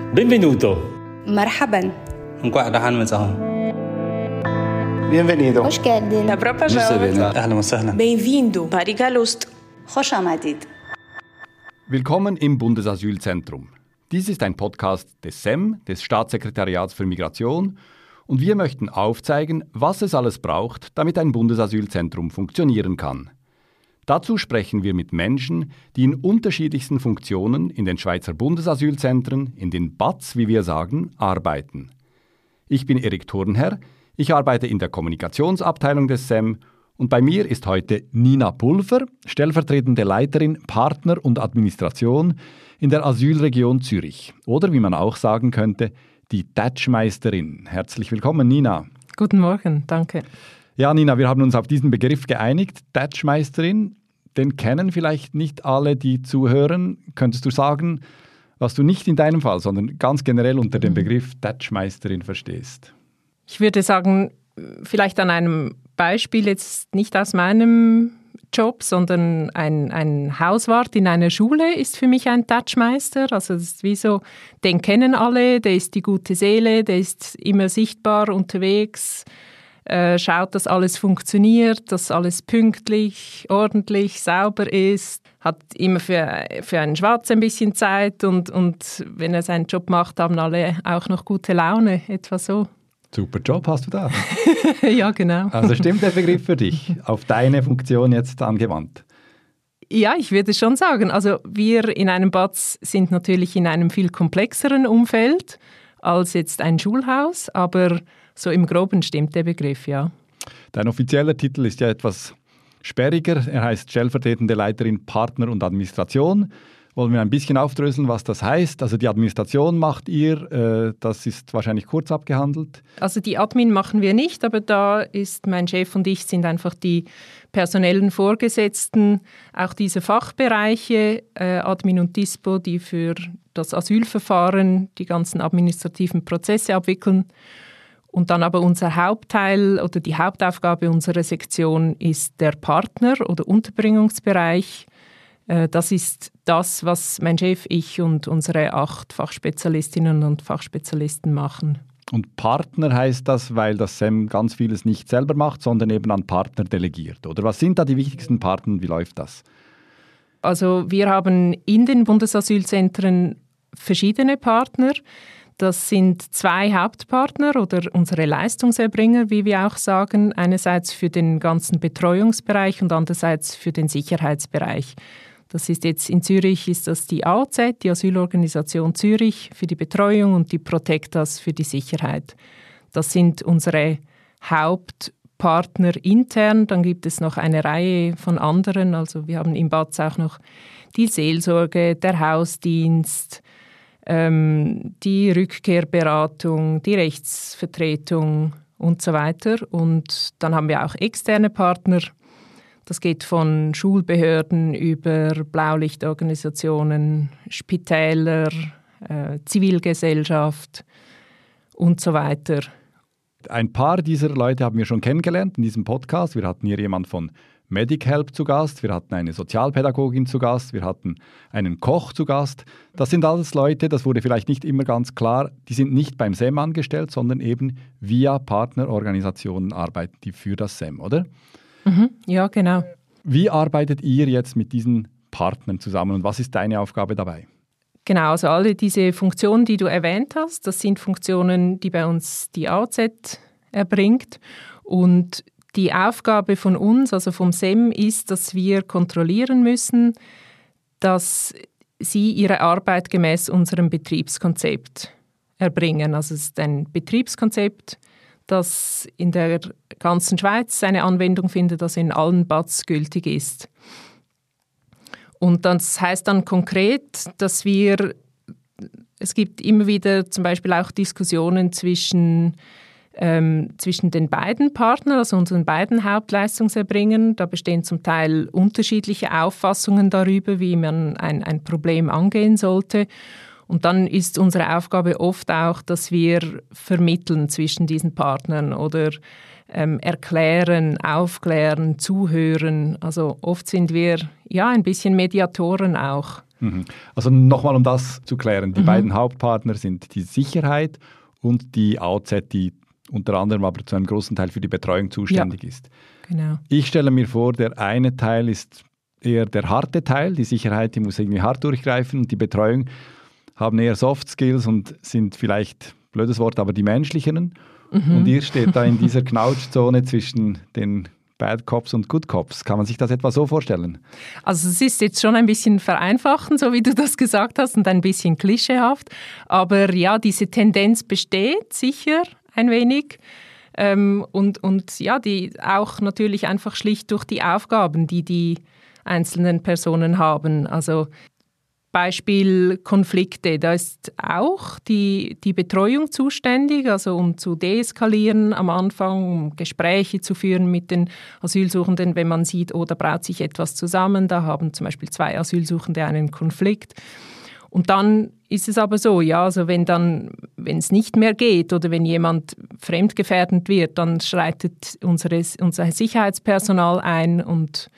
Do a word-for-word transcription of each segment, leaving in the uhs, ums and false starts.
Benvenuto. مرحبا. Bienvenido. خوش geldin. Добро пожаловать. أهلا وسهلا. Bem-vindo. Bariga Lust. خوش آمدید. Willkommen im Bundesasylzentrum. Dies ist ein Podcast des S E M, des Staatssekretariats für Migration, und wir möchten aufzeigen, was es alles braucht, damit ein Bundesasylzentrum funktionieren kann. Dazu sprechen wir mit Menschen, die in unterschiedlichsten Funktionen in den Schweizer Bundesasylzentren, in den B A Z, wie wir sagen, arbeiten. Ich bin Erik Thurnherr, ich arbeite in der Kommunikationsabteilung des S E M und bei mir ist heute Nina Pulver, stellvertretende Leiterin Partner und Administration in der Asylregion Zürich. Oder wie man auch sagen könnte, die Tätschmeisterin. Herzlich willkommen, Nina. Guten Morgen, danke. Ja, Nina, wir haben uns auf diesen Begriff geeinigt, Tätschmeisterin. Den kennen vielleicht nicht alle, die zuhören. Könntest du sagen, was du nicht in deinem Fall, sondern ganz generell unter dem Begriff Tätschmeisterin verstehst? Ich würde sagen, vielleicht an einem Beispiel, jetzt nicht aus meinem Job, sondern ein, ein Hauswart in einer Schule ist für mich ein Tätschmeister. Also das ist wie so, den kennen alle, der ist die gute Seele, der ist immer sichtbar unterwegs, äh, schaut, dass alles funktioniert, dass alles pünktlich, ordentlich, sauber ist, hat immer für, für einen Schwatz ein bisschen Zeit und, und wenn er seinen Job macht, haben alle auch noch gute Laune, etwa so. Super Job hast du da. Ja, genau. Also stimmt der Begriff für dich, auf deine Funktion jetzt angewandt? Ja, ich würde schon sagen. Also wir in einem B A Z sind natürlich in einem viel komplexeren Umfeld als jetzt ein Schulhaus, aber so im Groben stimmt der Begriff, ja. Dein offizieller Titel ist ja etwas sperriger. Er heißt stellvertretende Leiterin Partner und Administration. Wollen wir ein bisschen aufdröseln, was das heißt? Also die Administration macht ihr, äh, das ist wahrscheinlich kurz abgehandelt. Also die Admin machen wir nicht, aber da ist mein Chef und ich sind einfach die personellen Vorgesetzten, auch diese Fachbereiche, äh, Admin und Dispo, die für das Asylverfahren die ganzen administrativen Prozesse abwickeln. Und dann aber unser Hauptteil oder die Hauptaufgabe unserer Sektion ist der Partner- oder Unterbringungsbereich. Das ist das, was mein Chef, ich und unsere acht Fachspezialistinnen und Fachspezialisten machen. Und Partner heißt das, weil das S E M ganz vieles nicht selber macht, sondern eben an Partner delegiert. Oder was sind da die wichtigsten Partner und wie läuft das? Also wir haben in den Bundesasylzentren verschiedene Partner. Das sind zwei Hauptpartner oder unsere Leistungserbringer, wie wir auch sagen. Einerseits für den ganzen Betreuungsbereich und andererseits für den Sicherheitsbereich. Das ist jetzt in Zürich ist das die A O Z, die Asylorganisation Zürich für die Betreuung und die Protectas für die Sicherheit. Das sind unsere Hauptpartner intern. Dann gibt es noch eine Reihe von anderen. Also wir haben im B A Z auch noch die Seelsorge, der Hausdienst, ähm, die Rückkehrberatung, die Rechtsvertretung und so weiter. Und dann haben wir auch externe Partner. Das geht von Schulbehörden über Blaulichtorganisationen, Spitäler, äh, Zivilgesellschaft und so weiter. Ein paar dieser Leute haben wir schon kennengelernt in diesem Podcast. Wir hatten hier jemanden von MedicHelp zu Gast, wir hatten eine Sozialpädagogin zu Gast, wir hatten einen Koch zu Gast. Das sind alles Leute, das wurde vielleicht nicht immer ganz klar, die sind nicht beim S E M angestellt, sondern eben via Partnerorganisationen arbeiten die für das S E M, oder? Mhm, ja, genau. Wie arbeitet ihr jetzt mit diesen Partnern zusammen und was ist deine Aufgabe dabei? Genau, also alle diese Funktionen, die du erwähnt hast, das sind Funktionen, die bei uns die A O Z erbringt. Und die Aufgabe von uns, also vom S E M, ist, dass wir kontrollieren müssen, dass sie ihre Arbeit gemäß unserem Betriebskonzept erbringen. Also es ist ein Betriebskonzept, das in der ganzen Schweiz eine Anwendung findet, das in allen B A Z gültig ist. Und das heißt dann konkret, dass wir, es gibt immer wieder zum Beispiel auch Diskussionen zwischen, ähm, zwischen den beiden Partnern, also unseren beiden Hauptleistungserbringern. Da bestehen zum Teil unterschiedliche Auffassungen darüber, wie man ein, ein Problem angehen sollte. Und dann ist unsere Aufgabe oft auch, dass wir vermitteln zwischen diesen Partnern oder ähm, erklären, aufklären, zuhören. Also oft sind wir ja ein bisschen Mediatoren auch Also nochmal, um das zu klären, die Mhm. beiden Hauptpartner sind die Sicherheit und die A O Z, die unter anderem aber zu einem großen Teil für die Betreuung zuständig Ja. ist. Genau. Ich stelle mir vor, der eine Teil ist eher der harte Teil, die Sicherheit, die muss irgendwie hart durchgreifen und die Betreuung haben eher Soft Skills und sind vielleicht, blödes Wort, aber die menschlicheren. Mhm. Und ihr steht da in dieser Knautschzone zwischen den Bad Cops und Good Cops. Kann man sich das etwa so vorstellen? Also es ist jetzt schon ein bisschen vereinfachend, so wie du das gesagt hast, und ein bisschen klischeehaft. Aber ja, diese Tendenz besteht sicher ein wenig. Ähm, und, und ja, die auch natürlich einfach schlicht durch die Aufgaben, die die einzelnen Personen haben. Also Beispiel Konflikte, da ist auch die, die Betreuung zuständig, also um zu deeskalieren am Anfang, um Gespräche zu führen mit den Asylsuchenden, wenn man sieht, oh, da braut sich etwas zusammen, da haben zum Beispiel zwei Asylsuchende einen Konflikt. Und dann ist es aber so, ja, also wenn dann, wenn es nicht mehr geht oder wenn jemand fremdgefährdend wird, dann schreitet unsere, unser Sicherheitspersonal ein und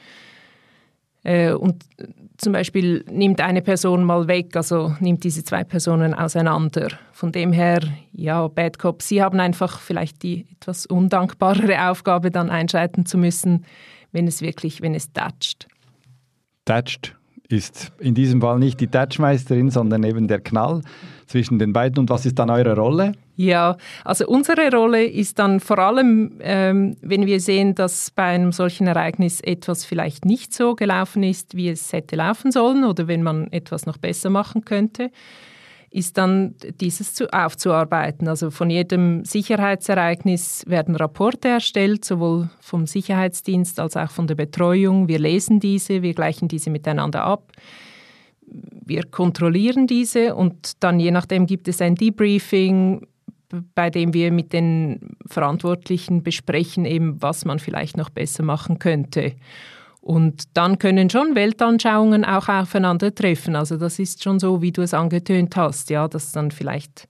äh, und zum Beispiel nimmt eine Person mal weg, also nimmt diese zwei Personen auseinander. Von dem her, ja, Bad Cop, sie haben einfach vielleicht die etwas undankbarere Aufgabe, dann einschreiten zu müssen, wenn es wirklich, wenn es tätscht. Tätscht ist in diesem Fall nicht die Tätschmeisterin, sondern eben der Knall zwischen den beiden. Und was ist dann eure Rolle? Ja, also unsere Rolle ist dann vor allem, ähm, wenn wir sehen, dass bei einem solchen Ereignis etwas vielleicht nicht so gelaufen ist, wie es hätte laufen sollen oder wenn man etwas noch besser machen könnte, ist dann dieses zu, aufzuarbeiten. Also von jedem Sicherheitsereignis werden Rapporte erstellt, sowohl vom Sicherheitsdienst als auch von der Betreuung. Wir lesen diese, wir gleichen diese miteinander ab. Wir kontrollieren diese und dann je nachdem gibt es ein Debriefing, bei dem wir mit den Verantwortlichen besprechen, eben, was man vielleicht noch besser machen könnte. Und dann können schon Weltanschauungen auch aufeinandertreffen. Also das ist schon so, wie du es angetönt hast, ja, dass dann vielleicht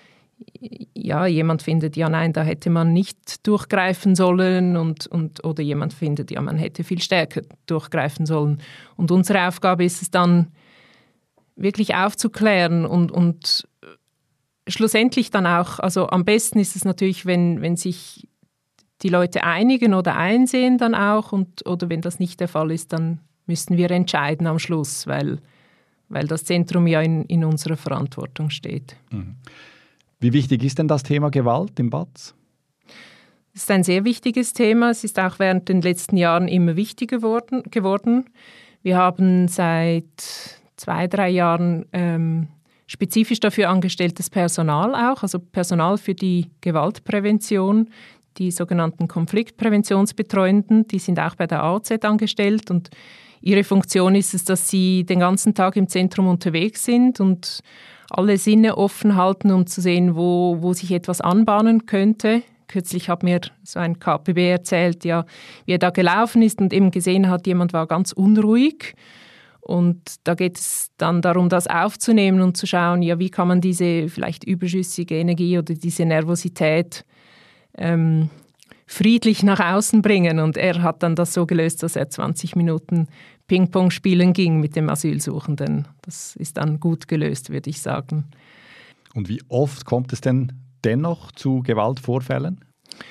ja, jemand findet, ja nein, da hätte man nicht durchgreifen sollen und, und, oder jemand findet, ja, man hätte viel stärker durchgreifen sollen. Und unsere Aufgabe ist es dann, wirklich aufzuklären und, und schlussendlich dann auch, also am besten ist es natürlich, wenn, wenn sich die Leute einigen oder einsehen dann auch und, oder wenn das nicht der Fall ist, dann müssen wir entscheiden am Schluss, weil, weil das Zentrum ja in, in unserer Verantwortung steht. Wie wichtig ist denn das Thema Gewalt im B A Z? Es ist ein sehr wichtiges Thema. Es ist auch während den letzten Jahren immer wichtiger geworden. geworden. Wir haben seit zwei, drei Jahren ähm, spezifisch dafür angestelltes Personal auch, also Personal für die Gewaltprävention, die sogenannten Konfliktpräventionsbetreuenden, die sind auch bei der A O Z angestellt und ihre Funktion ist es, dass sie den ganzen Tag im Zentrum unterwegs sind und alle Sinne offen halten, um zu sehen, wo, wo sich etwas anbahnen könnte. Kürzlich hat mir so ein K P B erzählt, ja, wie er da gelaufen ist und eben gesehen hat, jemand war ganz unruhig. Und da geht es dann darum, das aufzunehmen und zu schauen, ja, wie kann man diese vielleicht überschüssige Energie oder diese Nervosität ähm, friedlich nach außen bringen. Und er hat dann das so gelöst, dass er zwanzig Minuten Ping-Pong spielen ging mit dem Asylsuchenden. Das ist dann gut gelöst, würde ich sagen. Und wie oft kommt es denn dennoch zu Gewaltvorfällen?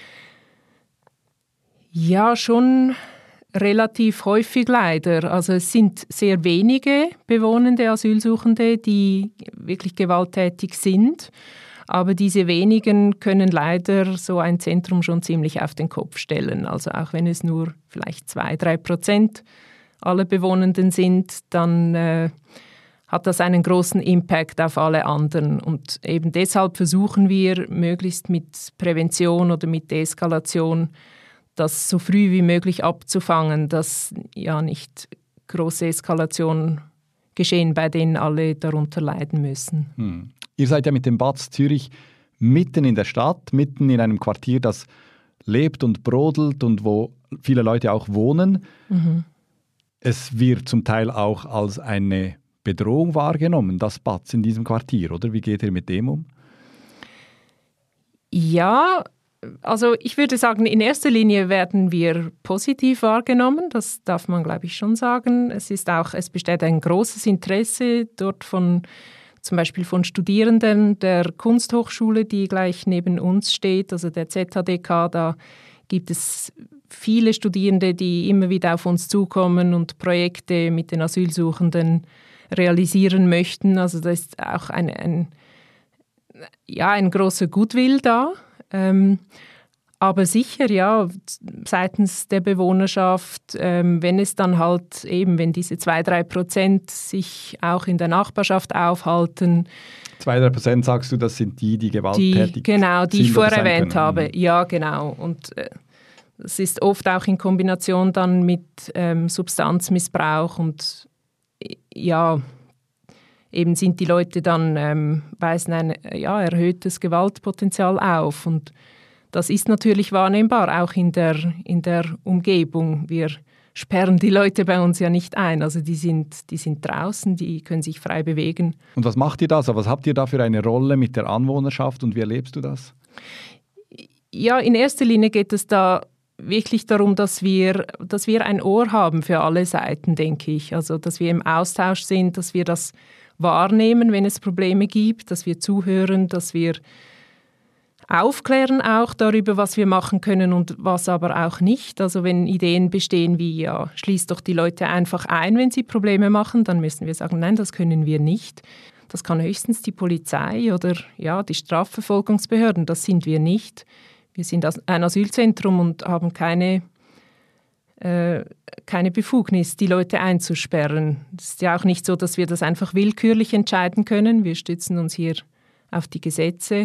Ja, schon relativ häufig leider. Also es sind sehr wenige bewohnende Asylsuchende, die wirklich gewalttätig sind. Aber diese wenigen können leider so ein Zentrum schon ziemlich auf den Kopf stellen. Also auch wenn es nur vielleicht zwei, drei Prozent aller Bewohnenden sind, dann äh, hat das einen großen Impact auf alle anderen. Und eben deshalb versuchen wir, möglichst mit Prävention oder mit Deeskalation das so früh wie möglich abzufangen, dass ja nicht große Eskalationen geschehen, bei denen alle darunter leiden müssen. Hm. Ihr seid ja mit dem B A Z Zürich mitten in der Stadt, mitten in einem Quartier, das lebt und brodelt und wo viele Leute auch wohnen. Mhm. Es wird zum Teil auch als eine Bedrohung wahrgenommen, das B A Z in diesem Quartier, oder? Wie geht ihr mit dem um? Ja, Also ich würde sagen, in erster Linie werden wir positiv wahrgenommen. Das darf man, glaube ich, schon sagen. Es ist auch, es besteht ein großes Interesse dort von zum Beispiel von Studierenden der Kunsthochschule, die gleich neben uns steht, also der Z H D K. Da gibt es viele Studierende, die immer wieder auf uns zukommen und Projekte mit den Asylsuchenden realisieren möchten. Also da ist auch ein, ein, ja, ein großer Goodwill da. Ähm, aber sicher, ja, seitens der Bewohnerschaft, ähm, wenn es dann halt eben, wenn diese zwei, drei Prozent sich auch in der Nachbarschaft aufhalten. Zwei, drei Prozent sagst du, das sind die, die gewalttätig die, Genau, die sind ich vorher oder sein erwähnt können. habe. Ja, genau. Und äh, es ist oft auch in Kombination dann mit ähm, Substanzmissbrauch und ja, eben sind die Leute dann, ähm, weisen ein ja, erhöhtes Gewaltpotenzial auf. Und das ist natürlich wahrnehmbar, auch in der, in der Umgebung. Wir sperren die Leute bei uns ja nicht ein. Also die sind, die sind draußen, die können sich frei bewegen. Und was macht ihr da? Also was habt ihr da für eine Rolle mit der Anwohnerschaft und wie erlebst du das? Ja, in erster Linie geht es da wirklich darum, dass wir, dass wir ein Ohr haben für alle Seiten, denke ich. Also dass wir im Austausch sind, dass wir das wahrnehmen, wenn es Probleme gibt, dass wir zuhören, dass wir aufklären auch darüber, was wir machen können und was aber auch nicht. Also wenn Ideen bestehen wie, ja, schließt doch die Leute einfach ein, wenn sie Probleme machen, dann müssen wir sagen, nein, das können wir nicht. Das kann höchstens die Polizei oder ja, die Strafverfolgungsbehörden, das sind wir nicht. Wir sind ein Asylzentrum und haben keine keine Befugnis, die Leute einzusperren. Es ist ja auch nicht so, dass wir das einfach willkürlich entscheiden können. Wir stützen uns hier auf die Gesetze.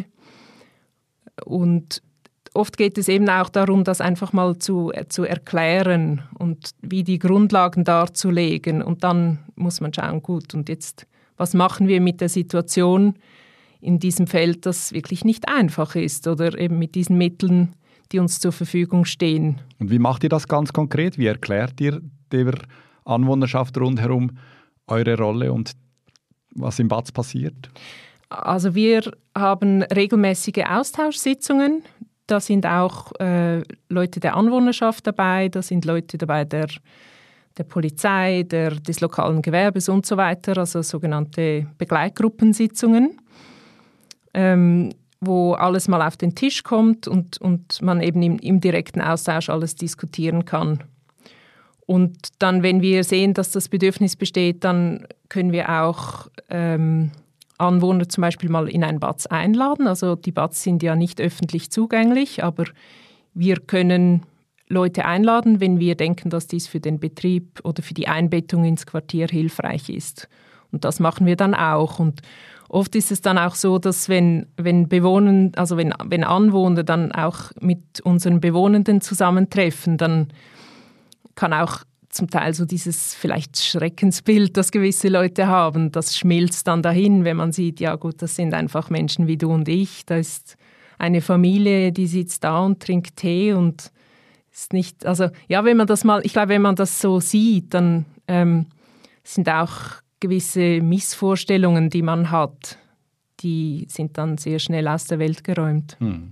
Und oft geht es eben auch darum, das einfach mal zu, zu erklären und wie die Grundlagen darzulegen. Und dann muss man schauen, gut, und jetzt, was machen wir mit der Situation in diesem Feld, das wirklich nicht einfach ist oder eben mit diesen Mitteln, die uns zur Verfügung stehen. Und wie macht ihr das ganz konkret? Wie erklärt ihr der Anwohnerschaft rundherum eure Rolle und was im B A Z passiert? Also wir haben regelmäßige Austauschsitzungen. Da sind auch äh, Leute der Anwohnerschaft dabei, da sind Leute dabei der, der Polizei, der, des lokalen Gewerbes und so weiter, also sogenannte Begleitgruppensitzungen. Ähm, wo alles mal auf den Tisch kommt und, und man eben im, im direkten Austausch alles diskutieren kann. Und dann, wenn wir sehen, dass das Bedürfnis besteht, dann können wir auch ähm, Anwohner zum Beispiel mal in ein B A Z einladen. Also die B A Z sind ja nicht öffentlich zugänglich, aber wir können Leute einladen, wenn wir denken, dass dies für den Betrieb oder für die Einbettung ins Quartier hilfreich ist. Und das machen wir dann auch. Und oft ist es dann auch so, dass wenn, wenn Bewohner, also wenn, wenn Anwohner dann auch mit unseren Bewohnenden zusammentreffen, dann kann auch zum Teil so dieses vielleicht Schreckensbild, das gewisse Leute haben, das schmilzt dann dahin, wenn man sieht, ja gut, das sind einfach Menschen wie du und ich, da ist eine Familie, die sitzt da und trinkt Tee und ist nicht, also ja, wenn man das mal, ich glaube, wenn man das so sieht, dann ähm, sind auch gewisse Missvorstellungen, die man hat, die sind dann sehr schnell aus der Welt geräumt. Hm.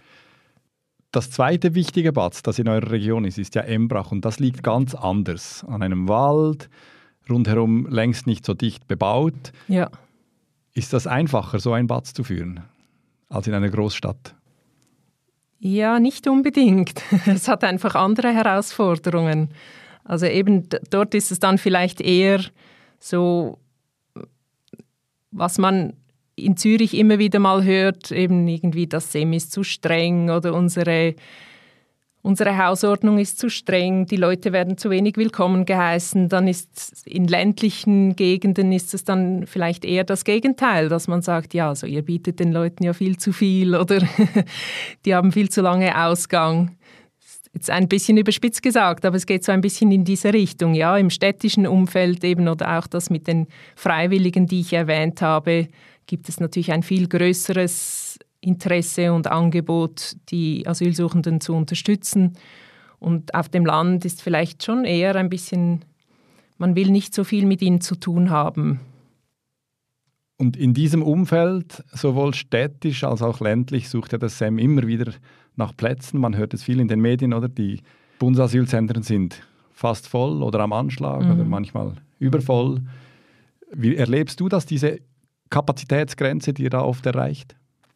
Das zweite wichtige B A Z, das in eurer Region ist, ist ja Embrach und das liegt ganz anders. An einem Wald, rundherum längst nicht so dicht bebaut. Ja. Ist das einfacher, so ein B A Z zu führen, als in einer Großstadt? Ja, nicht unbedingt. Es hat einfach andere Herausforderungen. Also eben d- dort ist es dann vielleicht eher so, was man in Zürich immer wieder mal hört, eben irgendwie das S E M ist zu streng oder unsere, unsere Hausordnung ist zu streng, die Leute werden zu wenig willkommen geheißen. Dann ist in ländlichen Gegenden ist es dann vielleicht eher das Gegenteil, dass man sagt, ja, also ihr bietet den Leuten ja viel zu viel oder die haben viel zu lange Ausgang. Jetzt ein bisschen überspitzt gesagt, aber es geht so ein bisschen in diese Richtung. Ja, im städtischen Umfeld eben oder auch das mit den Freiwilligen, die ich erwähnt habe, gibt es natürlich ein viel größeres Interesse und Angebot, die Asylsuchenden zu unterstützen. Und auf dem Land ist vielleicht schon eher ein bisschen, man will nicht so viel mit ihnen zu tun haben. Und in diesem Umfeld, sowohl städtisch als auch ländlich, sucht ja das S E M immer wieder nach Plätzen. Man hört es viel in den Medien, oder? Die Bundesasylzentren sind fast voll oder am Anschlag mhm. oder manchmal übervoll. Wie erlebst du das, diese Kapazitätsgrenze, die ihr da oft erreicht?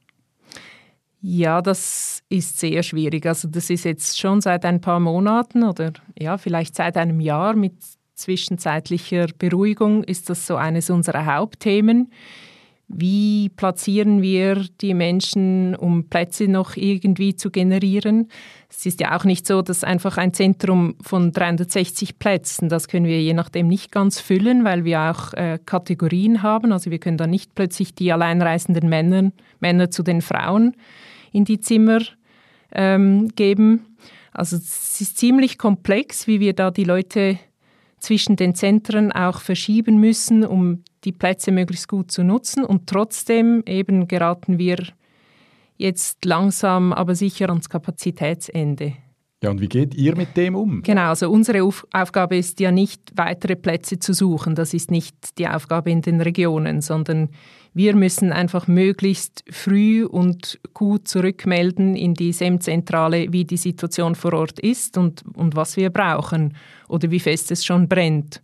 Ja, das ist sehr schwierig. Also das ist jetzt schon seit ein paar Monaten oder ja, vielleicht seit einem Jahr mit zwischenzeitlicher Beruhigung ist das so eines unserer Hauptthemen. Wie platzieren wir die Menschen, um Plätze noch irgendwie zu generieren? Es ist ja auch nicht so, dass einfach ein Zentrum von dreihundertsechzig Plätzen, das können wir je nachdem nicht ganz füllen, weil wir auch äh, Kategorien haben. Also wir können da nicht plötzlich die alleinreisenden Männer, Männer zu den Frauen in die Zimmer ähm, geben. Also es ist ziemlich komplex, wie wir da die Leute zwischen den Zentren auch verschieben müssen, um die Plätze möglichst gut zu nutzen. Und trotzdem eben geraten wir jetzt langsam, aber sicher ans Kapazitätsende. Ja, und wie geht ihr mit dem um? Genau, also unsere Auf- Aufgabe ist ja nicht, weitere Plätze zu suchen. Das ist nicht die Aufgabe in den Regionen, sondern wir müssen einfach möglichst früh und gut zurückmelden in die S E M-Zentrale, wie die Situation vor Ort ist und, und was wir brauchen oder wie fest es schon brennt.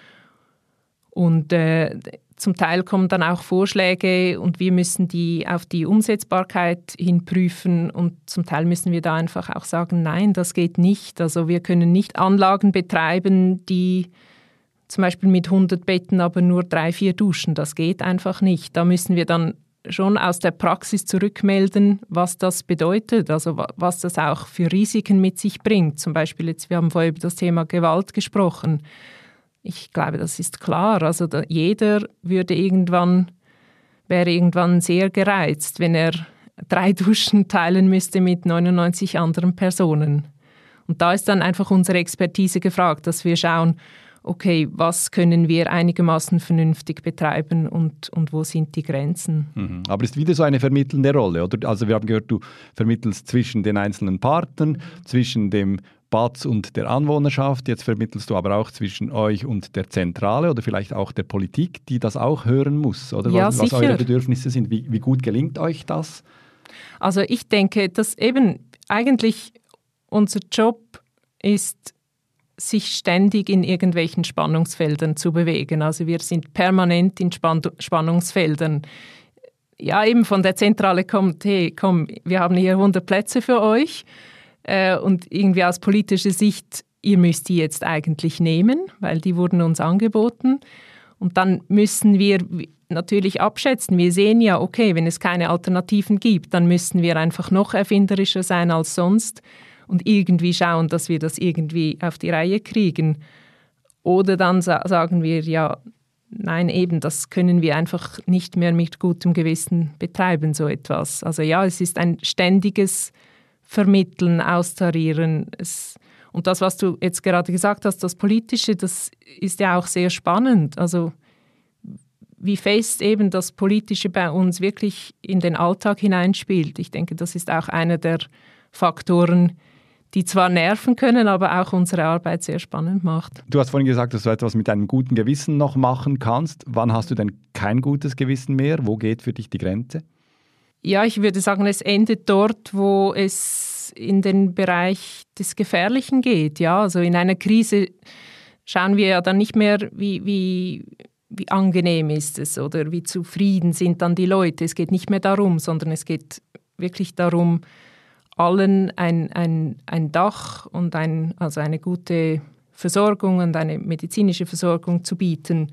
Und äh, zum Teil kommen dann auch Vorschläge und wir müssen die auf die Umsetzbarkeit hin prüfen und zum Teil müssen wir da einfach auch sagen, nein, das geht nicht. Also wir können nicht Anlagen betreiben, die zum Beispiel mit hundert Betten, aber nur drei, vier Duschen. Das geht einfach nicht. Da müssen wir dann schon aus der Praxis zurückmelden, was das bedeutet, also was das auch für Risiken mit sich bringt. Zum Beispiel jetzt, wir haben vorher über das Thema Gewalt gesprochen. Ich glaube, das ist klar. Also da, jeder würde irgendwann, wäre irgendwann sehr gereizt, wenn er drei Duschen teilen müsste mit neunundneunzig anderen Personen. Und da ist dann einfach unsere Expertise gefragt, dass wir schauen, okay, was können wir einigermaßen vernünftig betreiben und, und wo sind die Grenzen? Mhm. Aber ist wieder so eine vermittelnde Rolle, oder? Also wir haben gehört, du vermittelst zwischen den einzelnen Partnern, zwischen dem B A Z und der Anwohnerschaft. Jetzt vermittelst du aber auch zwischen euch und der Zentrale oder vielleicht auch der Politik, die das auch hören muss, oder? Ja, was, was sicher. eure Bedürfnisse sind. Wie, wie gut gelingt euch das? Also ich denke, dass eben eigentlich unser Job ist, sich ständig in irgendwelchen Spannungsfeldern zu bewegen. Also wir sind permanent in Spann- Spannungsfeldern. Ja, eben von der Zentrale kommt, hey, komm, wir haben hier hundert Plätze für euch. Äh, und irgendwie aus politischer Sicht, ihr müsst die jetzt eigentlich nehmen, weil die wurden uns angeboten. Und dann müssen wir natürlich abschätzen. Wir sehen ja, okay, wenn es keine Alternativen gibt, dann müssen wir einfach noch erfinderischer sein als sonst und irgendwie schauen, dass wir das irgendwie auf die Reihe kriegen. Oder dann sa- sagen wir, ja, nein, eben, das können wir einfach nicht mehr mit gutem Gewissen betreiben, so etwas. Also ja, es ist ein ständiges Vermitteln, Austarieren. Es, und das, was du jetzt gerade gesagt hast, das Politische, das ist ja auch sehr spannend. Also wie fest eben das Politische bei uns wirklich in den Alltag hineinspielt. Ich denke, das ist auch einer der Faktoren, die zwar nerven können, aber auch unsere Arbeit sehr spannend macht. Du hast vorhin gesagt, dass du etwas mit einem guten Gewissen noch machen kannst. Wann hast du denn kein gutes Gewissen mehr? Wo geht für dich die Grenze? Ja, ich würde sagen, es endet dort, wo es in den Bereich des Gefährlichen geht. Ja, also in einer Krise schauen wir ja dann nicht mehr, wie, wie, wie angenehm ist es oder wie zufrieden sind dann die Leute. Es geht nicht mehr darum, sondern es geht wirklich darum, allen ein, ein, ein Dach und ein, also eine gute Versorgung und eine medizinische Versorgung zu bieten.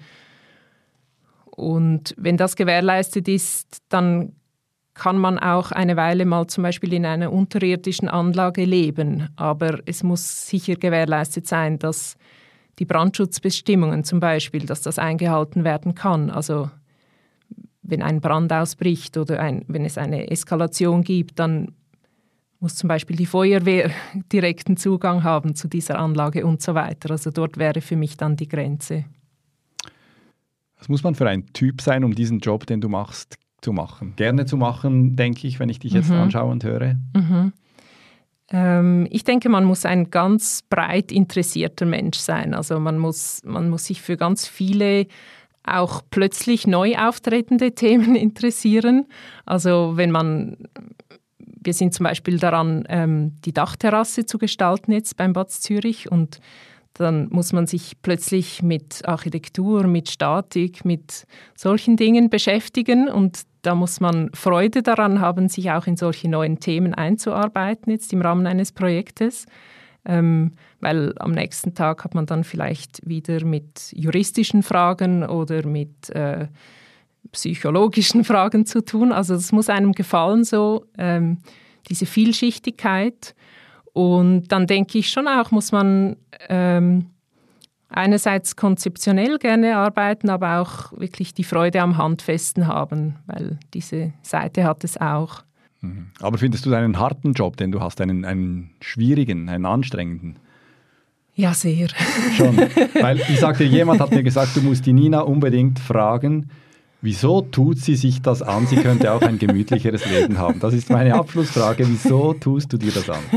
Und wenn das gewährleistet ist, dann kann man auch eine Weile mal zum Beispiel in einer unterirdischen Anlage leben. Aber es muss sicher gewährleistet sein, dass die Brandschutzbestimmungen zum Beispiel, dass das eingehalten werden kann. Also wenn ein Brand ausbricht oder ein, wenn es eine Eskalation gibt, dann muss zum Beispiel die Feuerwehr direkten Zugang haben zu dieser Anlage und so weiter. Also dort wäre für mich dann die Grenze. Was muss man für ein Typ sein, um diesen Job, den du machst, zu machen? Gerne zu machen, denke ich, wenn ich dich jetzt mhm. anschaue und höre. Mhm. Ähm, ich denke, man muss ein ganz breit interessierter Mensch sein. Also man muss, man muss sich für ganz viele auch plötzlich neu auftretende Themen interessieren. Also wenn man, wir sind zum Beispiel daran, ähm, die Dachterrasse zu gestalten jetzt beim Bad Zürich, und dann muss man sich plötzlich mit Architektur, mit Statik, mit solchen Dingen beschäftigen, und da muss man Freude daran haben, sich auch in solche neuen Themen einzuarbeiten, jetzt im Rahmen eines Projektes. Ähm, weil am nächsten Tag hat man dann vielleicht wieder mit juristischen Fragen oder mit äh, psychologischen Fragen zu tun. Also es muss einem gefallen, so ähm, diese Vielschichtigkeit. Und dann denke ich schon auch, muss man ähm, einerseits konzeptionell gerne arbeiten, aber auch wirklich die Freude am Handfesten haben, weil diese Seite hat es auch. Aber findest du einen harten Job, den du hast, einen, einen schwierigen, einen anstrengenden? Ja, sehr. Schon. Weil ich sagte, jemand hat mir gesagt, du musst die Nina unbedingt fragen, wieso tut sie sich das an? Sie könnte auch ein gemütlicheres Leben haben. Das ist meine Abschlussfrage. Wieso tust du dir das an?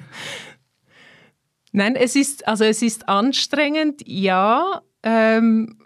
Nein, es ist, also es ist anstrengend, ja. Ähm,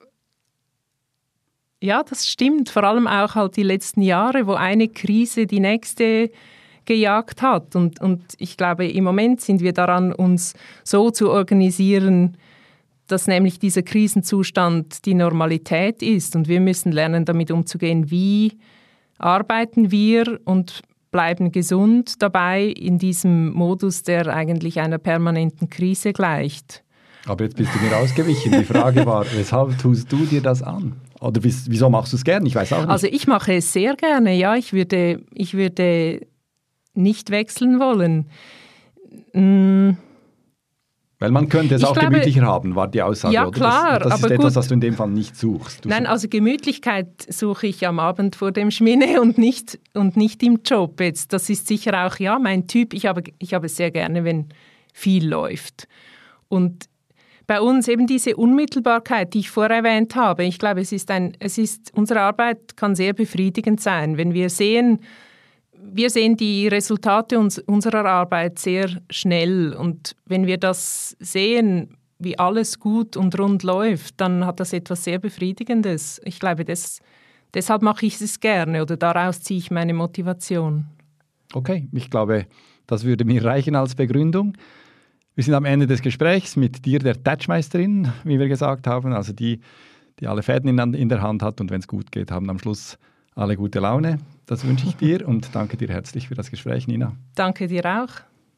ja, das stimmt. Vor allem auch halt die letzten Jahre, wo eine Krise die nächste gejagt hat. Und, und ich glaube, im Moment sind wir daran, uns so zu organisieren, dass nämlich dieser Krisenzustand die Normalität ist. Und wir müssen lernen, damit umzugehen, wie arbeiten wir und bleiben gesund dabei in diesem Modus, der eigentlich einer permanenten Krise gleicht. Aber jetzt bist du mir ausgewichen. Die Frage war, weshalb tust du dir das an? Oder wieso machst du es gern? Ich weiß auch nicht. Also ich mache es sehr gerne, ja. Ich würde, ich würde nicht wechseln wollen. Mm. Weil man könnte es ich auch glaube, gemütlicher haben, war die Aussage, ja, oder? Klar, das das ist aber etwas, gut. was du in dem Fall nicht suchst. Du Nein, suchst. also Gemütlichkeit suche ich am Abend vor dem Schminne und nicht, und nicht im Job jetzt. Das ist sicher auch, ja, mein Typ. Ich habe, ich habe es sehr gerne, wenn viel läuft. Und bei uns eben diese Unmittelbarkeit, die ich vorher erwähnt habe. Ich glaube, es ist ein, es ist, unsere Arbeit kann sehr befriedigend sein, wenn wir sehen, wir sehen die Resultate uns, unserer Arbeit sehr schnell. Und wenn wir das sehen, wie alles gut und rund läuft, dann hat das etwas sehr Befriedigendes. Ich glaube, das, deshalb mache ich es gerne oder daraus ziehe ich meine Motivation. Okay, ich glaube, das würde mir reichen als Begründung. Wir sind am Ende des Gesprächs mit dir, der Touchmeisterin, wie wir gesagt haben, also die, die alle Fäden in, in der Hand hat und wenn es gut geht, haben am Schluss alle gute Laune. Das wünsche ich dir und danke dir herzlich für das Gespräch, Nina. Danke dir auch.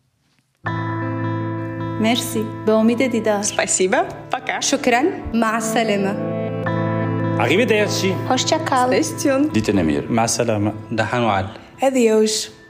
Merci. بأميد ديدار. Спасибо. Пока. شكرا. مع السلامة. Arrivederci. Hoşça kal. Stay tuned. Dite Nemir. مع السلامة. Dahanual. Adeus.